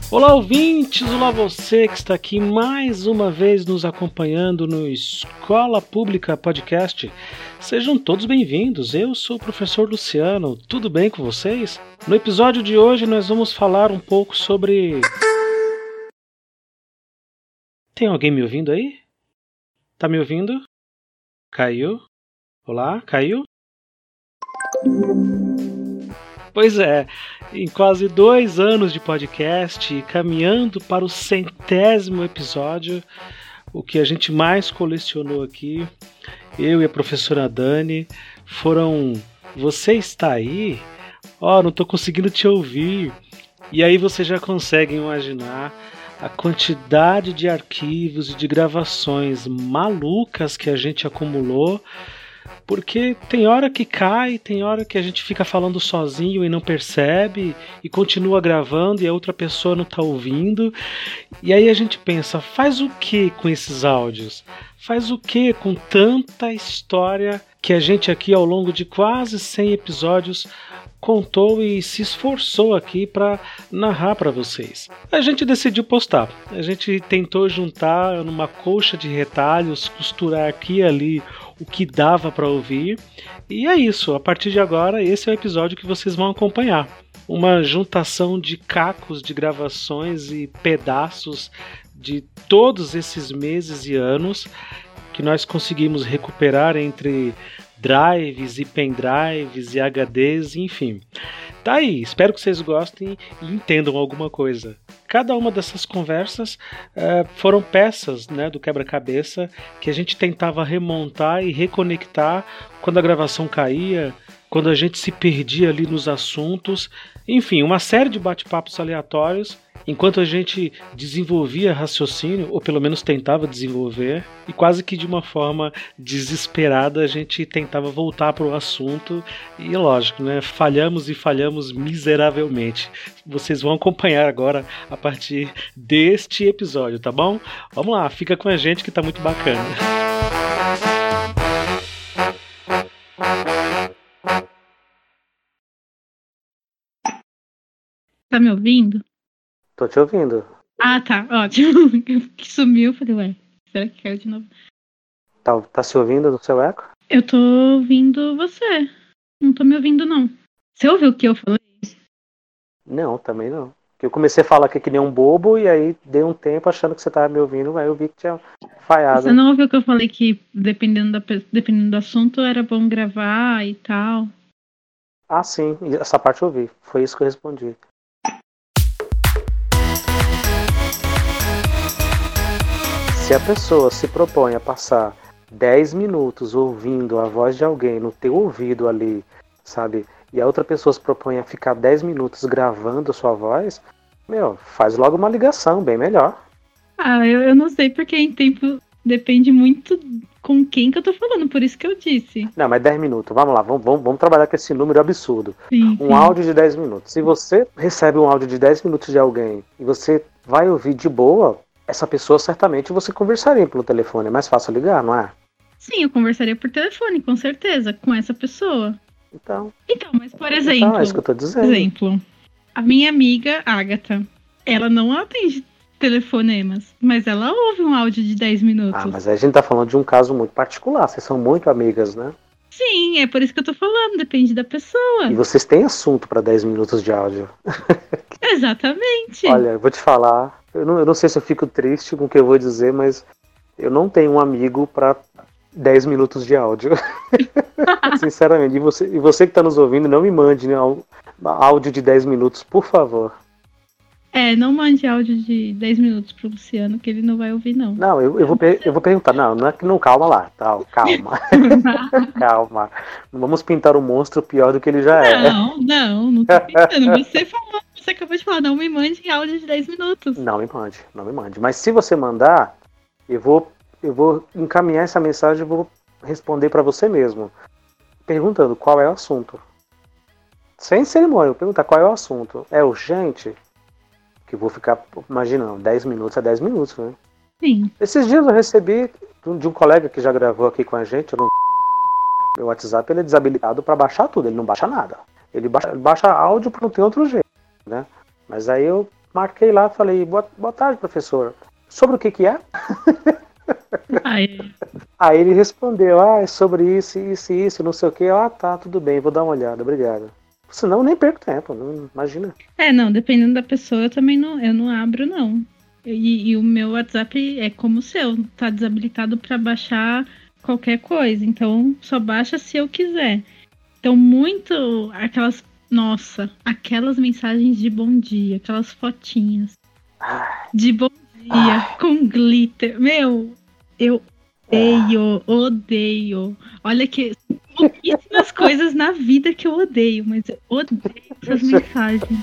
Olá, ouvintes! Olá, você que está aqui mais uma vez nos acompanhando no Escola Pública Podcast. Sejam todos bem-vindos, eu sou o professor Luciano, tudo bem com vocês? No episódio de hoje nós vamos falar um pouco sobre... Tem alguém me ouvindo aí? Tá me ouvindo? Caiu? Olá, caiu? Pois é, em quase 2 anos de podcast, caminhando para o 100º episódio, o que a gente mais colecionou aqui, eu e a professora Dani, foram: você está aí? Não estou conseguindo te ouvir. E aí você já consegue imaginar a quantidade de arquivos e de gravações malucas que a gente acumulou, porque tem hora que cai, tem hora que a gente fica falando sozinho e não percebe, e continua gravando e a outra pessoa não está ouvindo. E aí a gente pensa, faz o que com esses áudios? Faz o que com tanta história que a gente aqui ao longo de quase 100 episódios contou e se esforçou aqui para narrar para vocês? A gente decidiu postar. A gente tentou juntar numa colcha de retalhos, costurar aqui e ali o que dava para ouvir. E é isso. A partir de agora, esse é o episódio que vocês vão acompanhar. Uma juntação de cacos de gravações e pedaços de todos esses meses e anos que nós conseguimos recuperar entre drives e pendrives e HDs, enfim. Tá aí, espero que vocês gostem e entendam alguma coisa. Cada uma dessas conversas foram peças, né, do quebra-cabeça que a gente tentava remontar e reconectar quando a gravação caía, quando a gente se perdia ali nos assuntos, enfim, uma série de bate-papos aleatórios, enquanto a gente desenvolvia raciocínio, ou pelo menos tentava desenvolver, e quase que de uma forma desesperada a gente tentava voltar para o assunto, e lógico, né, falhamos miseravelmente. Vocês vão acompanhar agora a partir deste episódio, tá bom? Vamos lá, fica com a gente que tá muito bacana. Tá me ouvindo? Tô te ouvindo. Ah, tá, ótimo. Que sumiu, falei, ué, será que caiu de novo? Tá se ouvindo no seu eco? Eu tô ouvindo você. Não tô me ouvindo, não. Você ouviu o que eu falei? Não, também não. Eu comecei a falar aqui que nem um bobo e aí dei um tempo achando que você tava me ouvindo, aí eu vi que tinha falhado. Você não ouviu que eu falei que dependendo do assunto era bom gravar e tal? Ah, sim, essa parte eu ouvi. Foi isso que eu respondi. Se a pessoa se propõe a passar 10 minutos ouvindo a voz de alguém no teu ouvido ali, sabe? E a outra pessoa se propõe a ficar 10 minutos gravando a sua voz, faz logo uma ligação, bem melhor. Ah, eu não sei porque em tempo depende muito com quem que eu tô falando, por isso que eu disse. Não, mas 10 minutos, vamos lá, vamos trabalhar com esse número absurdo. Sim. Áudio de 10 minutos. Se você recebe um áudio de 10 minutos de alguém e você vai ouvir de boa, essa pessoa certamente você conversaria pelo telefone. É mais fácil ligar, não é? Sim, eu conversaria por telefone, com certeza, com essa pessoa. Então, mas por exemplo... é isso que eu tô dizendo. A minha amiga, Agatha, ela não atende telefonemas, mas ela ouve um áudio de 10 minutos. Ah, mas a gente tá falando de um caso muito particular. Vocês são muito amigas, né? Sim, é por isso que eu tô falando, depende da pessoa. E vocês têm assunto pra 10 minutos de áudio. Exatamente. Olha, eu vou te falar, eu não sei se eu fico triste com o que eu vou dizer, mas eu não tenho um amigo pra 10 minutos de áudio. Sinceramente, e você que tá nos ouvindo, não me mande, né, áudio de 10 minutos, por favor. Não mande áudio de 10 minutos pro Luciano, que ele não vai ouvir, não. Não, eu vou perguntar. Não é que não, calma lá. Calma. Calma. Não vamos pintar o monstro pior do que ele já é. Não tô pintando. Você acabou de falar, não me mande áudio de 10 minutos. Não me mande. Mas se você mandar, eu vou encaminhar essa mensagem e vou responder pra você mesmo. Perguntando qual é o assunto. Sem cerimônia, eu vou perguntar qual é o assunto. É urgente? Que eu vou ficar imaginando, 10 minutos é 10 minutos, né? Sim. Esses dias eu recebi de um colega que já gravou aqui com a gente, meu WhatsApp ele é desabilitado para baixar tudo, ele não baixa nada. Ele baixa áudio porque não tem outro jeito, né? Mas aí eu marquei lá, falei, boa tarde, professor. Sobre o que é? Aí ele respondeu, é sobre isso, não sei o que. Tá, tudo bem, vou dar uma olhada, obrigado. Senão eu nem perco tempo, não, imagina. Não, dependendo da pessoa, eu não abro, não. E o meu WhatsApp é como o seu, tá desabilitado para baixar qualquer coisa, então só baixa se eu quiser. Então, aquelas mensagens de bom dia, aquelas fotinhas de bom dia com glitter. Meu, eu odeio. Olha que pouquíssimas coisas na vida que eu odeio, mas eu odeio essas mensagens.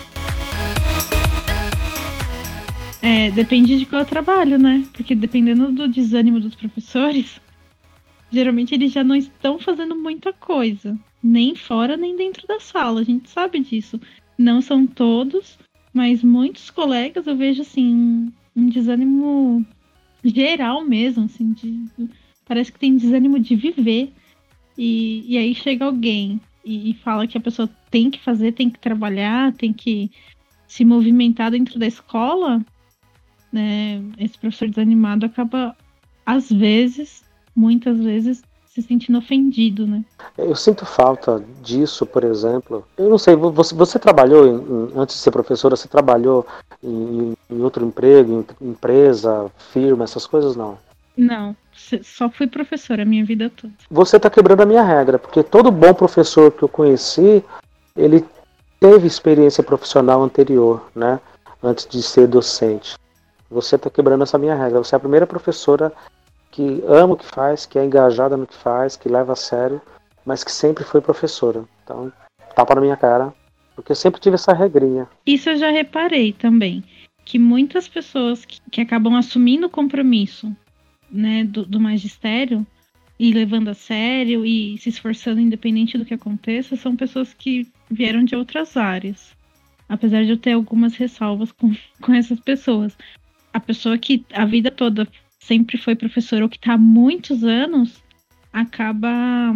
Depende de qual trabalho, né? Porque dependendo do desânimo dos professores, geralmente eles já não estão fazendo muita coisa. Nem fora, nem dentro da sala. A gente sabe disso. Não são todos, mas muitos colegas eu vejo, assim, um desânimo geral mesmo, assim, parece que tem desânimo de viver. E aí chega alguém e fala que a pessoa tem que fazer, tem que trabalhar, tem que se movimentar dentro da escola, né? Esse professor desanimado acaba, às vezes, muitas vezes, se sentindo ofendido, né? Eu sinto falta disso, por exemplo. Eu não sei, você trabalhou, antes de ser professora, você trabalhou em outro emprego, em empresa, firma, essas coisas, não? Não, só fui professora a minha vida toda. Você está quebrando a minha regra, porque todo bom professor que eu conheci, ele teve experiência profissional anterior, né? Antes de ser docente. Você está quebrando essa minha regra. Você é a primeira professora que ama o que faz, que é engajada no que faz, que leva a sério, mas que sempre foi professora. Então, tapa na minha cara, porque eu sempre tive essa regrinha. Isso eu já reparei também, que muitas pessoas que acabam assumindo o compromisso, né, do magistério e levando a sério e se esforçando independente do que aconteça, são pessoas que vieram de outras áreas. Apesar de eu ter algumas ressalvas com essas pessoas. A pessoa que a vida toda sempre foi professora ou que está há muitos anos acaba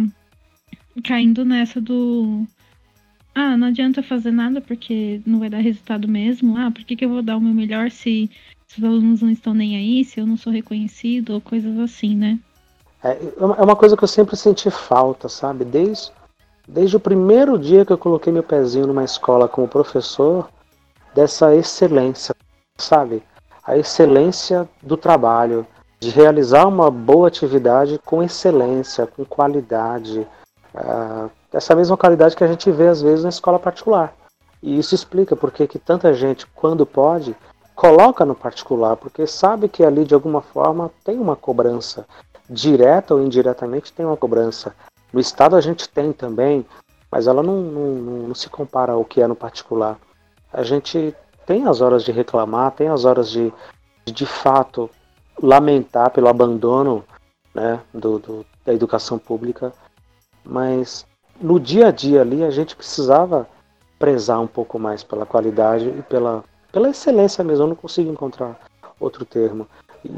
caindo nessa do não adianta fazer nada porque não vai dar resultado mesmo. Por que eu vou dar o meu melhor se os alunos não estão nem aí, se eu não sou reconhecido ou coisas assim, né? É uma coisa que eu sempre senti falta, sabe? Desde o primeiro dia que eu coloquei meu pezinho numa escola como professor, dessa excelência, sabe? A excelência do trabalho, de realizar uma boa atividade com excelência, com qualidade, essa mesma qualidade que a gente vê às vezes na escola particular. E isso explica porque que tanta gente, quando pode, coloca no particular, porque sabe que ali de alguma forma tem uma cobrança, direta ou indiretamente tem uma cobrança. No Estado a gente tem também, mas ela não se compara ao que é no particular. A gente tem as horas de reclamar, tem as horas de fato lamentar pelo abandono, né, da educação pública, mas no dia a dia ali a gente precisava prezar um pouco mais pela qualidade e pela excelência mesmo. Eu não consigo encontrar outro termo.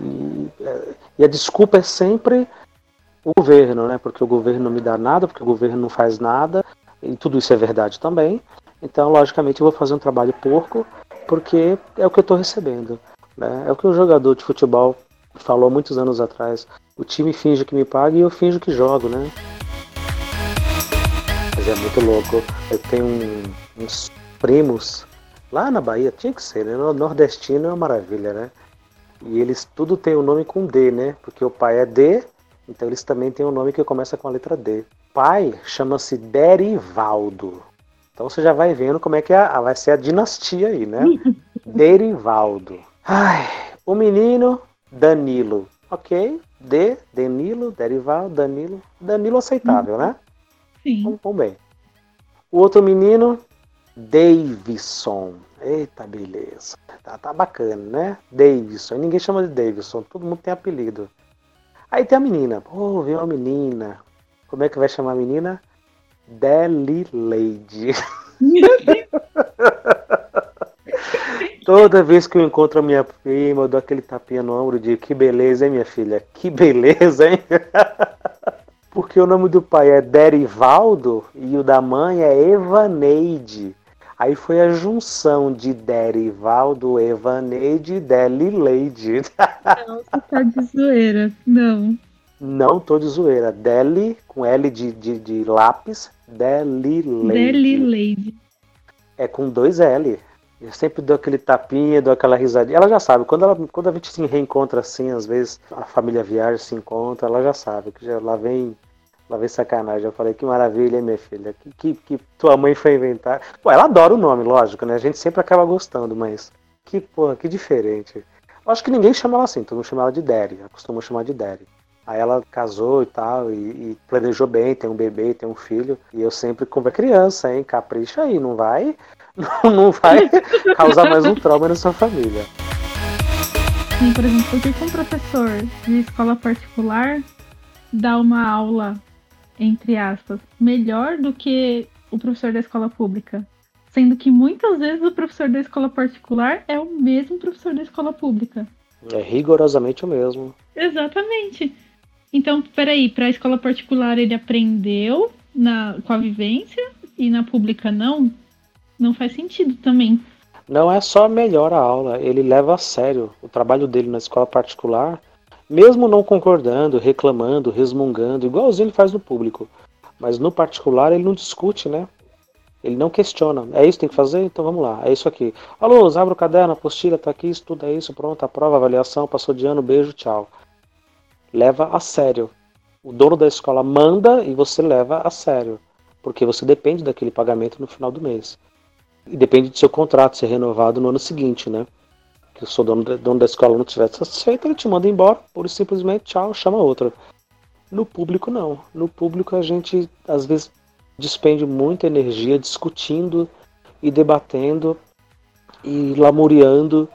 E a desculpa é sempre o governo, né, porque o governo não me dá nada, porque o governo não faz nada, e tudo isso é verdade também. Então, logicamente, eu vou fazer um trabalho porco, porque é o que eu estou recebendo, né? É o que o jogador de futebol falou muitos anos atrás. O time finge que me paga e eu finjo que jogo, né? Mas é muito louco. Eu tenho uns primos lá na Bahia, tinha que ser, né? Nordestino é uma maravilha, né? E eles tudo tem o nome com D, né? Porque o pai é D, então eles também têm um nome que começa com a letra D. Pai chama-se Derivaldo. Então você já vai vendo como é que vai ser a dinastia aí, né? Derivaldo. O menino, Danilo. Ok? Danilo, Derivaldo, Danilo. Danilo aceitável, né? Sim. Vamos bem. O outro menino, Davidson. Eita, beleza. Tá bacana, né? Davidson. E ninguém chama de Davidson. Todo mundo tem apelido. Aí tem a menina. Pô, veio uma menina. Como é que vai chamar a menina? Delileide. Toda vez que eu encontro a minha prima, eu dou aquele tapinha no ombro e digo, que beleza, hein, minha filha? Que beleza, hein? Porque o nome do pai é Derivaldo e o da mãe é Evaneide. Aí foi a junção de Derivaldo, Evaneide e Delileide. Não, você tá de zoeira. Não. Não tô de zoeira. Deli, com L de lápis, Delileide. Delileide. É com 2 L. Eu sempre dou aquele tapinha, dou aquela risadinha. Ela já sabe, quando a gente se reencontra assim, às vezes a família viaja, se encontra, ela já sabe, que lá vem sacanagem. Eu falei, que maravilha, hein, minha filha? Que tua mãe foi inventar. Pô, ela adora o nome, lógico, né? A gente sempre acaba gostando, mas que diferente. Eu acho que ninguém chama ela assim, todo mundo chama ela de Derry, costuma chamar de Derry. Aí ela casou e tal, e planejou bem, tem um bebê, tem um filho, e eu sempre como criança, hein? Capricha aí, não vai causar mais um trauma na sua família. Sim, por exemplo, por que um professor de escola particular dá uma aula, entre aspas, melhor do que o professor da escola pública? Sendo que muitas vezes o professor da escola particular é o mesmo professor da escola pública. É rigorosamente o mesmo. Exatamente. Então, peraí, para a escola particular ele aprendeu com a vivência e na pública não? Não faz sentido também. Não é só melhor a aula, ele leva a sério o trabalho dele na escola particular, mesmo não concordando, reclamando, resmungando, igualzinho ele faz no público. Mas no particular ele não discute, né? Ele não questiona. É isso que tem que fazer? Então vamos lá. É isso aqui. Alunos, abre o caderno, a apostila tá aqui, estuda isso, pronto, a prova, avaliação, passou de ano, beijo, tchau. Leva a sério. O dono da escola manda e você leva a sério. Porque você depende daquele pagamento no final do mês. E depende do seu contrato ser renovado no ano seguinte, né? Que o seu dono da escola não estiver satisfeito, ele te manda embora, pura e simplesmente, tchau, chama outra. No público, não. No público, a gente, às vezes, despende muita energia discutindo e debatendo e lamuriando.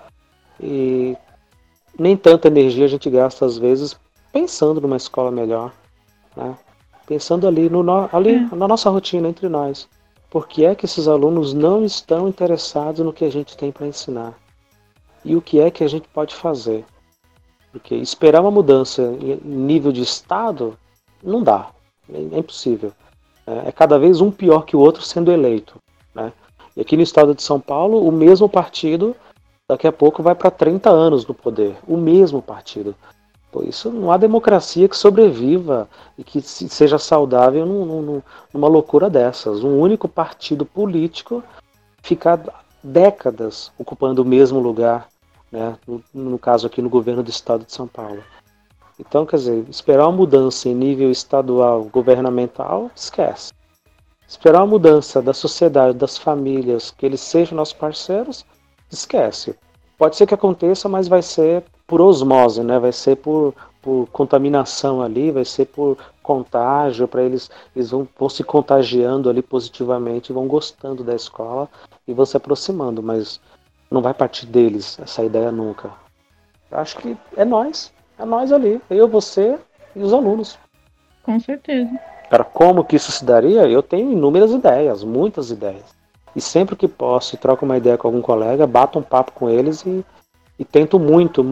E nem tanta energia a gente gasta, às vezes, pensando numa escola melhor, né? Pensando ali, na nossa rotina, entre nós. Por que é que esses alunos não estão interessados no que a gente tem para ensinar? E o que é que a gente pode fazer? Porque esperar uma mudança em nível de Estado não dá, é impossível. É cada vez um pior que o outro sendo eleito, né? E aqui no estado de São Paulo, o mesmo partido daqui a pouco vai para 30 anos no poder. O mesmo partido. Pô, isso não há democracia que sobreviva e que seja saudável numa loucura dessas. Um único partido político ficar décadas ocupando o mesmo lugar, né? No caso aqui no governo do estado de São Paulo. Então, quer dizer, esperar uma mudança em nível estadual, governamental, esquece. Esperar uma mudança da sociedade, das famílias, que eles sejam nossos parceiros, esquece. Pode ser que aconteça, mas vai ser por osmose, né? Vai ser por contaminação ali, vai ser por contágio, para eles vão se contagiando ali positivamente, vão gostando da escola e vão se aproximando, mas não vai partir deles essa ideia nunca. Eu acho que é nós ali, eu, você e os alunos. Com certeza. Cara, como que isso se daria? Eu tenho inúmeras ideias, muitas ideias. E sempre que posso, troco uma ideia com algum colega, bato um papo com eles e tento muito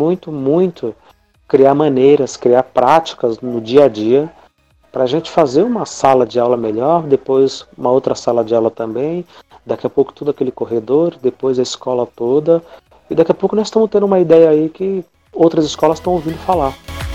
criar maneiras, criar práticas no dia a dia para a gente fazer uma sala de aula melhor, depois uma outra sala de aula também, daqui a pouco tudo aquele corredor, depois a escola toda, e daqui a pouco nós estamos tendo uma ideia aí que outras escolas estão ouvindo falar.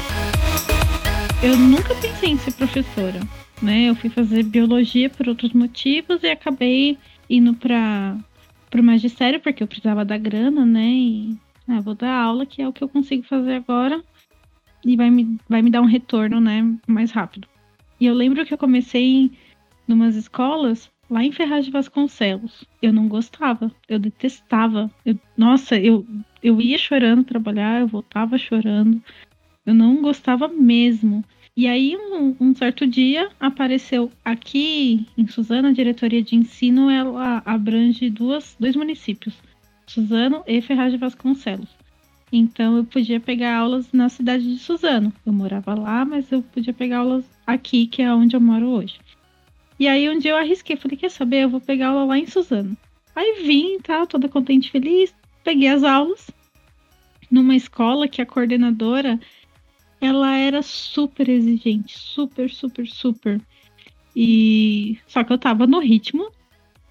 Eu nunca pensei em ser professora, né? Eu fui fazer biologia por outros motivos e acabei indo para o magistério porque eu precisava da grana, né? E vou dar aula, que é o que eu consigo fazer agora e vai me dar um retorno, né, mais rápido. E eu lembro que eu comecei em umas escolas lá em Ferraz de Vasconcelos. Eu não gostava, eu detestava. Eu ia chorando trabalhar, eu voltava chorando. Eu não gostava mesmo. E aí, um certo dia, apareceu aqui em Suzano, a diretoria de ensino, ela abrange dois municípios, Suzano e Ferraz de Vasconcelos. Então, eu podia pegar aulas na cidade de Suzano. Eu morava lá, mas eu podia pegar aulas aqui, que é onde eu moro hoje. E aí, um dia eu arrisquei, falei, quer saber, eu vou pegar aula lá em Suzano. Aí vim, tá, toda contente, feliz, peguei as aulas numa escola que a coordenadora, ela era super exigente, super. E só que eu tava no ritmo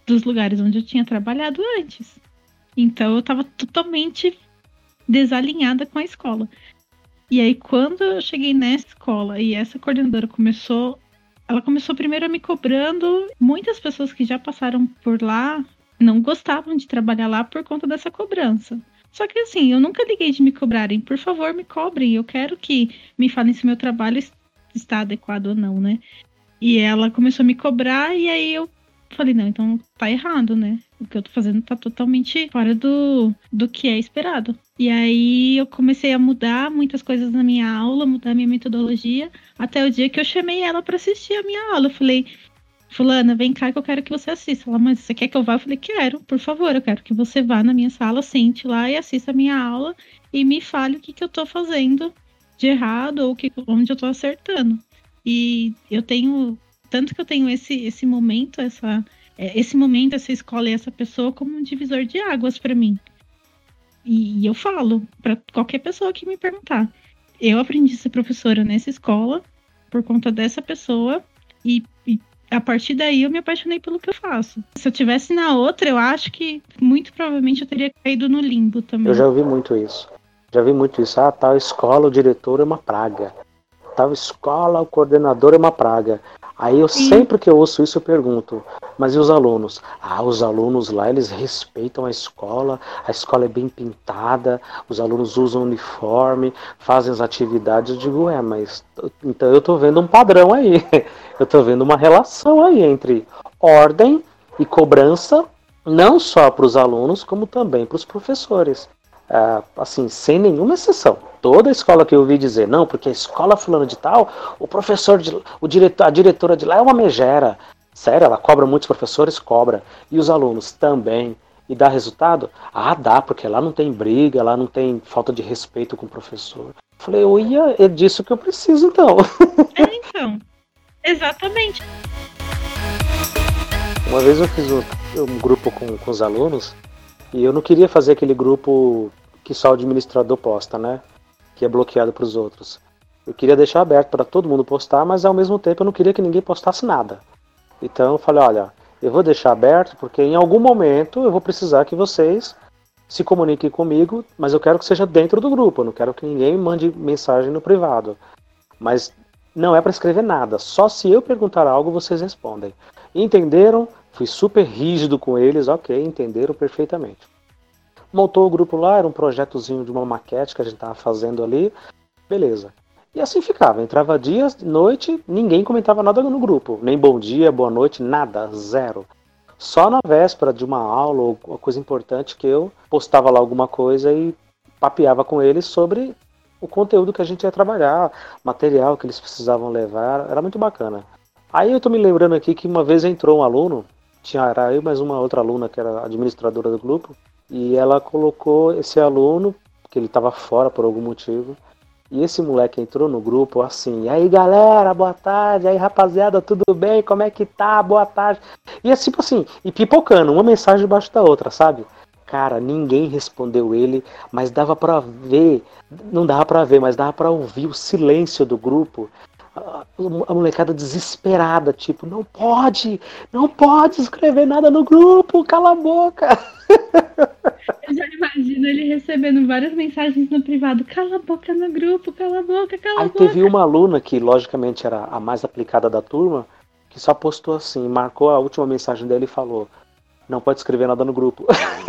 dos lugares onde eu tinha trabalhado antes. Então eu estava totalmente desalinhada com a escola. E aí quando eu cheguei nessa escola e essa coordenadora ela começou primeiro me cobrando. Muitas pessoas que já passaram por lá não gostavam de trabalhar lá por conta dessa cobrança. Só que assim, eu nunca liguei de me cobrarem. Por favor, me cobrem. Eu quero que me falem se meu trabalho está adequado ou não, né? E ela começou a me cobrar e aí eu falei, não, então tá errado, né? O que eu tô fazendo tá totalmente fora do que é esperado. E aí eu comecei a mudar muitas coisas na minha aula, mudar minha metodologia, até o dia que eu chamei ela pra assistir a minha aula. Eu falei, fulana, vem cá que eu quero que você assista. Ela, mas você quer que eu vá? Eu falei, quero, por favor, eu quero que você vá na minha sala, sente lá e assista a minha aula e me fale o que eu tô fazendo de errado ou onde eu tô acertando. E eu tenho, tanto que eu tenho esse momento, essa escola e essa pessoa como um divisor de águas para mim. E eu falo para qualquer pessoa que me perguntar. Eu aprendi a ser professora nessa escola por conta dessa pessoa e a partir daí eu me apaixonei pelo que eu faço. Se eu tivesse na outra, eu acho que muito provavelmente eu teria caído no limbo também. Eu já ouvi muito isso. Ah, tal escola, o diretor é uma praga. Tal escola, o coordenador é uma praga. Aí eu sempre que eu ouço isso eu pergunto, mas e os alunos? Ah, os alunos lá, eles respeitam a escola é bem pintada, os alunos usam uniforme, fazem as atividades. Eu digo, mas então eu tô vendo um padrão aí, eu tô vendo uma relação aí entre ordem e cobrança, não só para os alunos, como também para os professores. Assim, sem nenhuma exceção. Toda escola que eu ouvi dizer, não, porque a escola fulana de tal, a diretora de lá é uma megera. Sério, ela cobra muitos professores? Cobra. E os alunos também. E dá resultado? Ah, dá, porque lá não tem briga, lá não tem falta de respeito com o professor. Falei, é disso que eu preciso então. Então, exatamente. Uma vez eu fiz um grupo com os alunos, e eu não queria fazer aquele grupo que só o administrador posta, né? Que é bloqueado para os outros. Eu queria deixar aberto para todo mundo postar, mas ao mesmo tempo eu não queria que ninguém postasse nada. Então eu falei, olha, eu vou deixar aberto porque em algum momento eu vou precisar que vocês se comuniquem comigo, mas eu quero que seja dentro do grupo, eu não quero que ninguém mande mensagem no privado. Mas não é para escrever nada, só se eu perguntar algo vocês respondem. Entenderam? Fui super rígido com eles, ok, entenderam perfeitamente. Montou o grupo lá, era um projetozinho de uma maquete que a gente estava fazendo ali, beleza. E assim ficava, entrava dia, noite, ninguém comentava nada no grupo, nem bom dia, boa noite, nada, zero. Só na véspera de uma aula ou uma coisa importante que eu postava lá alguma coisa e papeava com eles sobre o conteúdo que a gente ia trabalhar, material que eles precisavam levar, era muito bacana. Aí eu tô me lembrando aqui que uma vez entrou um aluno, era eu mais uma outra aluna que era administradora do grupo, e ela colocou esse aluno, que ele estava fora por algum motivo, e esse moleque entrou no grupo assim, e aí galera, boa tarde, aí rapaziada, tudo bem, como é que tá, boa tarde, e é tipo assim, e pipocando, uma mensagem debaixo da outra, sabe? Cara, ninguém respondeu ele, mas dava pra ver, não dava pra ver, mas dava pra ouvir o silêncio do grupo, a molecada desesperada, tipo, não pode escrever nada no grupo, cala a boca. Eu já imagino ele recebendo várias mensagens no privado, cala a boca no grupo, cala a boca, cala a boca. Aí teve uma aluna que logicamente era a mais aplicada da turma, que só postou assim, marcou a última mensagem dele e falou, não pode escrever nada no grupo.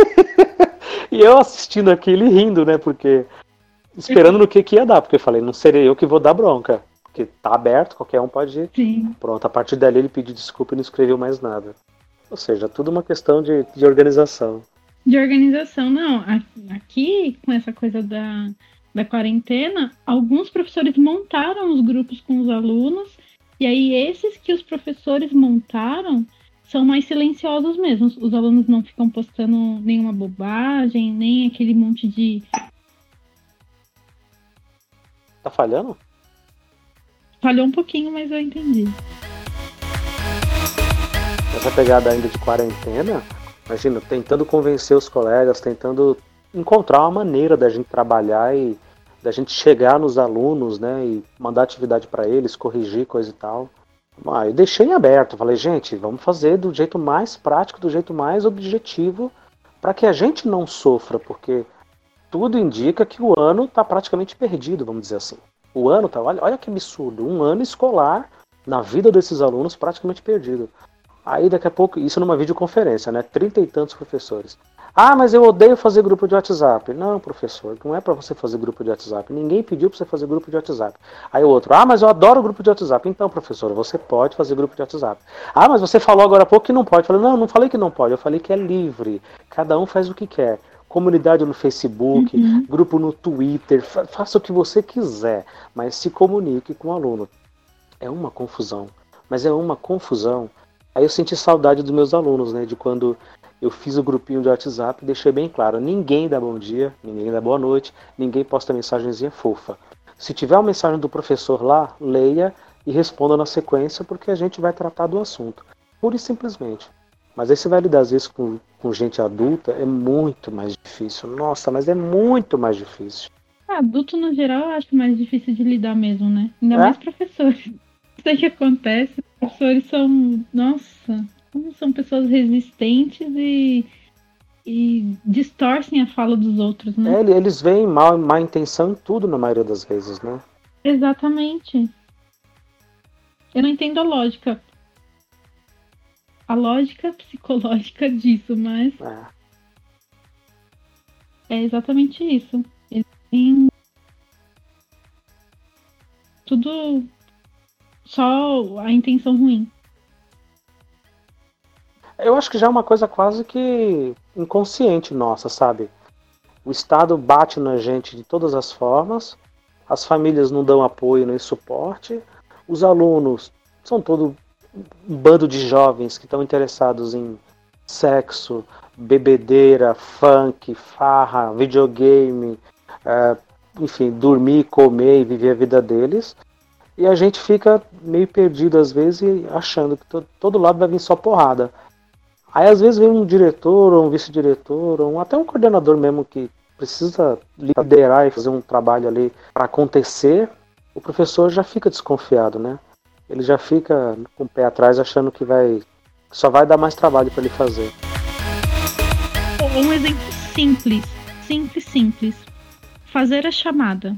E eu assistindo aquilo e rindo, né, porque esperando no que ia dar, porque eu falei, não serei eu que vou dar bronca. Porque tá aberto, qualquer um pode ir. Sim. Pronto, a partir dali ele pediu desculpa e não escreveu mais nada. Ou seja, tudo uma questão de organização. De organização, não. Aqui, com essa coisa da quarentena, alguns professores montaram os grupos com os alunos, e aí esses que os professores montaram são mais silenciosos mesmo. Os alunos não ficam postando nenhuma bobagem, nem aquele monte de... Tá falhando? Falhou um pouquinho, mas eu entendi. Essa pegada ainda de quarentena, imagina, tentando convencer os colegas, tentando encontrar uma maneira da gente trabalhar e da gente chegar nos alunos, né, e mandar atividade para eles, corrigir coisa e tal. Eu deixei em aberto, falei, gente, vamos fazer do jeito mais prático, do jeito mais objetivo, para que a gente não sofra, porque tudo indica que o ano está praticamente perdido, vamos dizer assim. O ano tá, olha que absurdo, um ano escolar na vida desses alunos praticamente perdido. Aí daqui a pouco, isso numa videoconferência, né? 30 e tantos professores. Ah, mas eu odeio fazer grupo de WhatsApp. Não, professor, não é para você fazer grupo de WhatsApp. Ninguém pediu para você fazer grupo de WhatsApp. Aí o outro, mas eu adoro grupo de WhatsApp. Então, professora, você pode fazer grupo de WhatsApp. Mas você falou agora há pouco que não pode. Eu falei, não falei que não pode, eu falei que é livre. Cada um faz o que quer. Comunidade no Facebook, grupo no Twitter, faça o que você quiser, mas se comunique com o aluno. É uma confusão, mas é uma confusão. Aí eu senti saudade dos meus alunos, né, de quando eu fiz o grupinho de WhatsApp e deixei bem claro, ninguém dá bom dia, ninguém dá boa noite, ninguém posta mensagenzinha fofa. Se tiver uma mensagem do professor lá, leia e responda na sequência, porque a gente vai tratar do assunto, pura e simplesmente. Mas aí você vai lidar às vezes com gente adulta, é muito mais difícil. Nossa, mas é muito mais difícil. Adulto, no geral, eu acho mais difícil de lidar mesmo, né? Ainda mais professores. Não sei o que acontece. Os professores são, nossa, como são pessoas resistentes e distorcem a fala dos outros, né? Eles veem má intenção em tudo, na maioria das vezes, né? Exatamente. Eu não entendo a lógica psicológica disso, mas é exatamente isso. Eles têm tudo só a intenção ruim. Eu acho que já é uma coisa quase que inconsciente nossa, sabe? O Estado bate na gente de todas as formas, as famílias não dão apoio nem suporte, os alunos são todo um bando de jovens que estão interessados em sexo, bebedeira, funk, farra, videogame, enfim, dormir, comer e viver a vida deles. E a gente fica meio perdido às vezes achando que todo lado vai vir só porrada. Aí às vezes vem um diretor, ou um vice-diretor, ou até um coordenador mesmo que precisa liderar e fazer um trabalho ali para acontecer, o professor já fica desconfiado, né? Ele já fica com o pé atrás achando que só vai dar mais trabalho para ele fazer. Um exemplo simples. Fazer a chamada.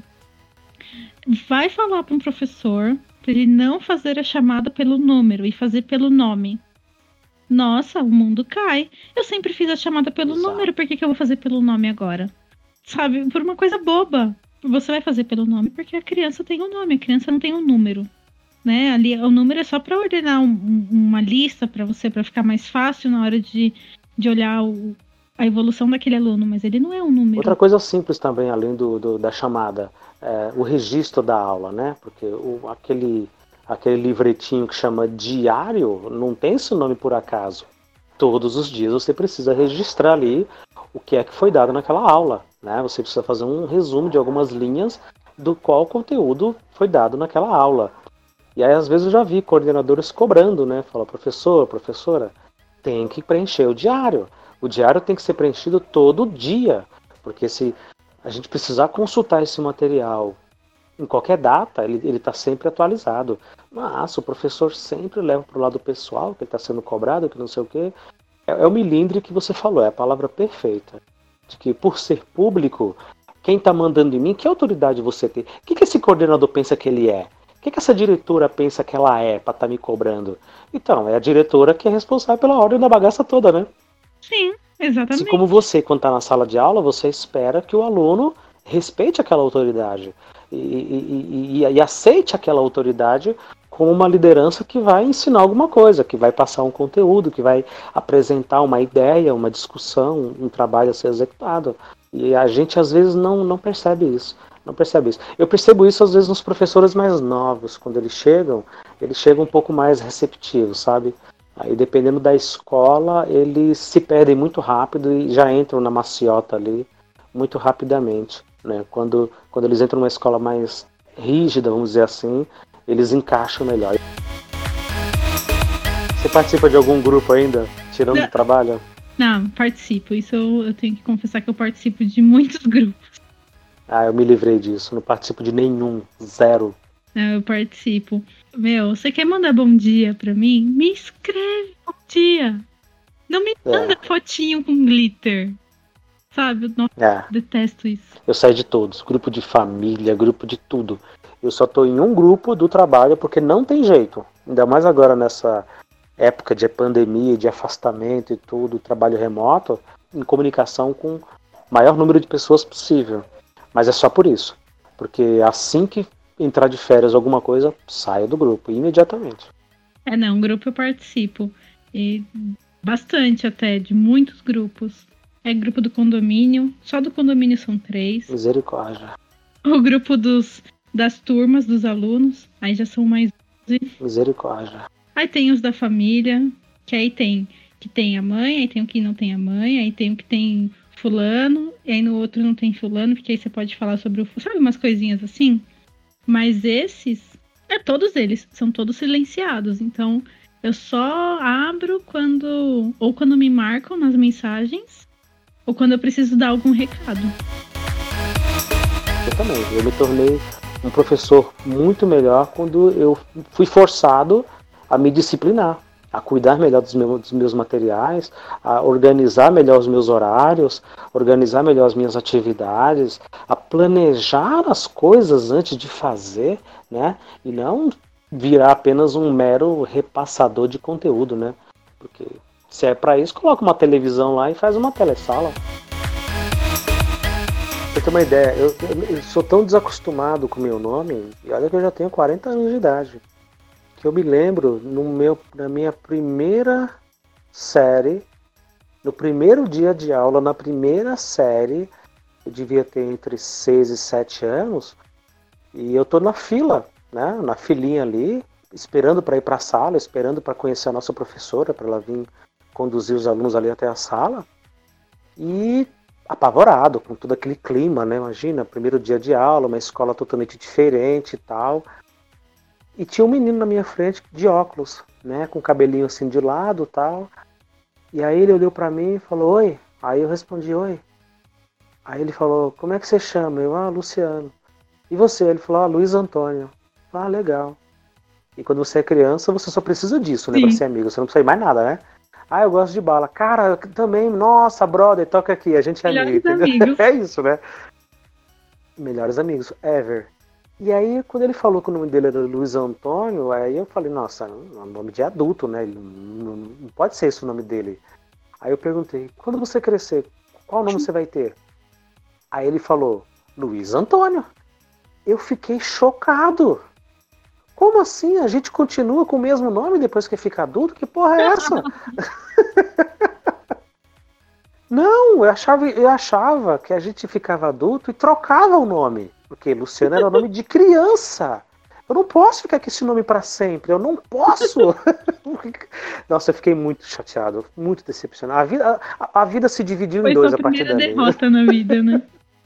Vai falar para um professor para ele não fazer a chamada pelo número e fazer pelo nome. Nossa, o mundo cai. Eu sempre fiz a chamada pelo número, por que eu vou fazer pelo nome agora? Sabe, por uma coisa boba. Você vai fazer pelo nome porque a criança tem um nome, a criança não tem um número. Né? Ali, o número é só para ordenar uma lista para você, para ficar mais fácil na hora de olhar a evolução daquele aluno, mas ele não é um número. Outra coisa simples também, além da chamada, o registro da aula, né? Porque aquele livretinho que chama diário não tem esse nome por acaso. Todos os dias você precisa registrar ali o que é que foi dado naquela aula, né? Você precisa fazer um resumo de algumas linhas do qual conteúdo foi dado naquela aula. E aí às vezes eu já vi coordenadores cobrando, né? Fala, professor, professora, tem que preencher o diário. O diário tem que ser preenchido todo dia, porque se a gente precisar consultar esse material em qualquer data, ele está sempre atualizado. Mas o professor sempre leva para o lado pessoal, que ele está sendo cobrado, que não sei o quê. É o milindre que você falou, é a palavra perfeita. De que por ser público, quem está mandando em mim, que autoridade você tem? O que esse coordenador pensa que ele é? O que essa diretora pensa que ela é para estar me cobrando? Então, é a diretora que é responsável pela ordem da bagaça toda, né? Sim, exatamente. Assim como você, quando está na sala de aula, você espera que o aluno respeite aquela autoridade e aceite aquela autoridade como uma liderança que vai ensinar alguma coisa, que vai passar um conteúdo, que vai apresentar uma ideia, uma discussão, um trabalho a ser executado. E a gente às vezes não percebe isso. Não percebe isso. Eu percebo isso às vezes nos professores mais novos, quando eles chegam um pouco mais receptivos, sabe? Aí dependendo da escola, eles se perdem muito rápido e já entram na maciota ali muito rapidamente, né? Quando eles entram numa escola mais rígida, vamos dizer assim, eles encaixam melhor. Você participa de algum grupo ainda, tirando do trabalho? Não, participo. Isso eu tenho que confessar que eu participo de muitos grupos. Eu me livrei disso, não participo de nenhum, zero. Eu participo. Você quer mandar bom dia pra mim? Me escreve bom dia. Não me manda fotinho com glitter. Sabe? Nossa, detesto isso. Eu saio de todos. Grupo de família, grupo de tudo. Eu só tô em um grupo do trabalho porque não tem jeito. Ainda mais agora nessa época de pandemia, de afastamento e tudo, trabalho remoto, em comunicação com o maior número de pessoas possível. Mas é só por isso. Porque assim que entrar de férias alguma coisa, saio do grupo, imediatamente. Não, grupo eu participo. E bastante até, de muitos grupos. É grupo do condomínio, só do condomínio são 3. Misericórdia. O grupo das turmas, dos alunos, aí já são mais 11. Misericórdia. Aí tem os da família, que aí tem que tem a mãe, aí tem o que não tem a mãe, aí tem o que tem fulano, e aí no outro não tem fulano, porque aí você pode falar sobre o... Sabe, umas coisinhas assim? Mas esses, todos eles, são todos silenciados, então eu só abro quando me marcam nas mensagens, ou quando eu preciso dar algum recado. Eu também, eu me tornei um professor muito melhor quando eu fui forçado a me disciplinar, a cuidar melhor dos meus materiais, a organizar melhor os meus horários, organizar melhor as minhas atividades, a planejar as coisas antes de fazer, né? E não virar apenas um mero repassador de conteúdo, né? Porque se é para isso, coloca uma televisão lá e faz uma telesala. Pra ter uma ideia, eu sou tão desacostumado com o meu nome, e olha que eu já tenho 40 anos de idade, que eu me lembro na minha primeira série, no primeiro dia de aula, na primeira série, eu devia ter entre 6 e 7 anos, e eu tô na fila, né, na filinha ali, esperando para ir para a sala, esperando para conhecer a nossa professora, para ela vir conduzir os alunos ali até a sala, e apavorado com todo aquele clima, né? Imagina, primeiro dia de aula, uma escola totalmente diferente e tal. E tinha um menino na minha frente de óculos, né? Com o cabelinho assim de lado e tal. E aí ele olhou pra mim e falou, oi. Aí eu respondi, oi. Aí ele falou, como é que você chama? Eu, Luciano. E você? Ele falou, Luiz Antônio. Legal. E quando você é criança, você só precisa disso, né? Sim. Pra ser amigo. Você não precisa ir mais nada, né? Eu gosto de bala. Cara, eu também, nossa, brother, toca aqui, a gente é amigo. Amigos. É isso, né? Melhores amigos, ever. E aí, quando ele falou que o nome dele era Luiz Antônio, aí eu falei, nossa, é um nome de adulto, né? Não pode ser esse o nome dele. Aí eu perguntei, quando você crescer, qual nome você vai ter? Aí ele falou, Luiz Antônio. Eu fiquei chocado. Como assim? A gente continua com o mesmo nome depois que fica adulto? Que porra é essa? Não, eu achava que a gente ficava adulto e trocava o nome. Porque Luciano era o nome de criança. Eu não posso ficar com esse nome para sempre. Eu não posso. Nossa, eu fiquei muito chateado, muito decepcionado. A vida se dividiu em dois a partir dali. Foi sua primeira derrota na vida, né?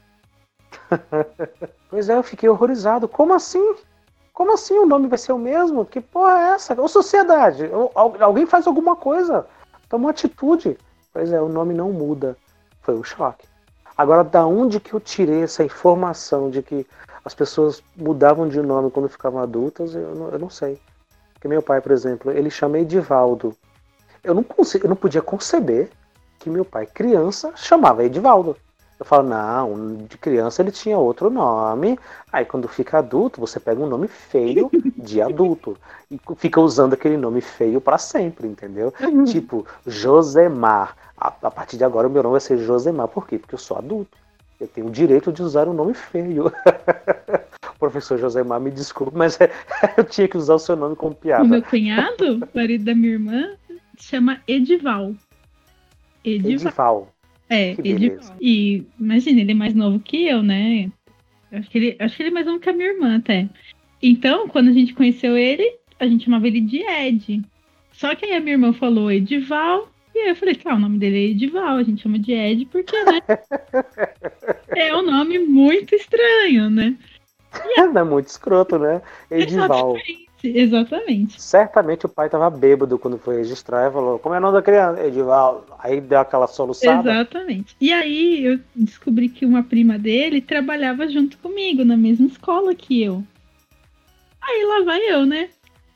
Pois é, eu fiquei horrorizado. Como assim? Como assim o nome vai ser o mesmo? Que porra é essa? Ou sociedade? Alguém faz alguma coisa. Toma uma atitude. Pois é, o nome não muda. Foi um choque. Agora, da onde que eu tirei essa informação de que as pessoas mudavam de nome quando ficavam adultas? Eu não sei. Porque meu pai, por exemplo, ele chama Edivaldo. Eu não podia conceber que meu pai, criança, chamava Edivaldo. Eu falo, não, de criança ele tinha outro nome, aí quando fica adulto, você pega um nome feio de adulto, e fica usando aquele nome feio pra sempre, entendeu? Tipo, Josemar. A partir de agora o meu nome vai ser Josemar, por quê? Porque eu sou adulto, eu tenho o direito de usar um nome feio. Professor Josemar, me desculpe, mas eu tinha que usar o seu nome como piada. O meu cunhado, marido da minha irmã, chama Edival. Edival. Edival. E imagina, ele é mais novo que eu, né? Acho que ele é mais novo que a minha irmã até. Então, quando a gente conheceu ele, a gente chamava ele de Ed. Só que aí a minha irmã falou Edival, e aí eu falei, o nome dele é Edival, a gente chama de Ed porque, né? É um nome muito estranho, né? É muito escroto, né? Edival. Exatamente. Certamente o pai estava bêbado quando foi registrar e falou, como é o nome da criança? Edival. Aí deu aquela soluçada. Exatamente. E aí eu descobri que uma prima dele trabalhava junto comigo, na mesma escola que eu. Aí lá vai eu, né?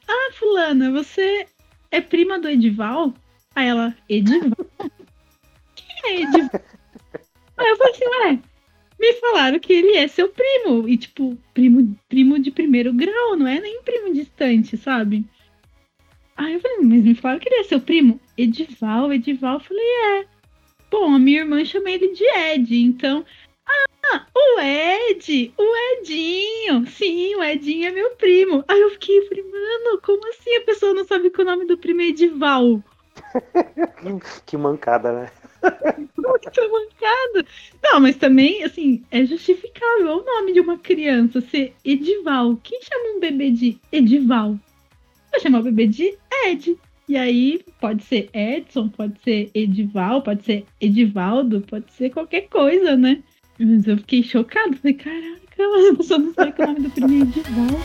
ah, fulana, você é prima do Edival? Aí ela, Edival? Quem é Edival? Aí eu falei assim, ué, me falaram que ele é seu primo. E tipo, primo de primeiro grau, não é nem primo distante, sabe? Aí eu falei, mas me falaram que ele é seu primo? Edival. Eu falei, é. Bom, a minha irmã chama ele de Ed, então... Ah, o Ed, o Edinho. Sim, o Edinho é meu primo. Aí eu falei, mano, como assim a pessoa não sabe que o nome do primo é Edival? Que mancada, né? Que mancada. Não, mas também, assim, é justificável o nome de uma criança ser Edival. Quem chama um bebê de Edival? Vai chamar o bebê de Ed. E aí, pode ser Edson, pode ser Edival, pode ser Edivaldo, pode ser qualquer coisa, né? Mas eu fiquei chocada. Falei, caraca, a pessoa não sabe que o nome do primeiro é Edival.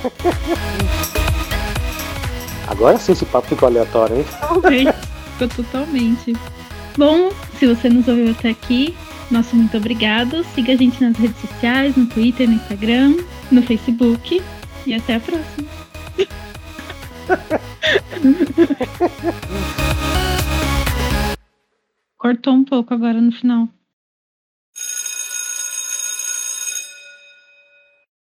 Agora sim esse papo ficou aleatório, hein? Talvez. Ficou totalmente. Bom, se você nos ouviu até aqui, nosso muito obrigado. Siga a gente nas redes sociais, no Twitter, no Instagram, no Facebook. E até a próxima. Cortou um pouco agora no final.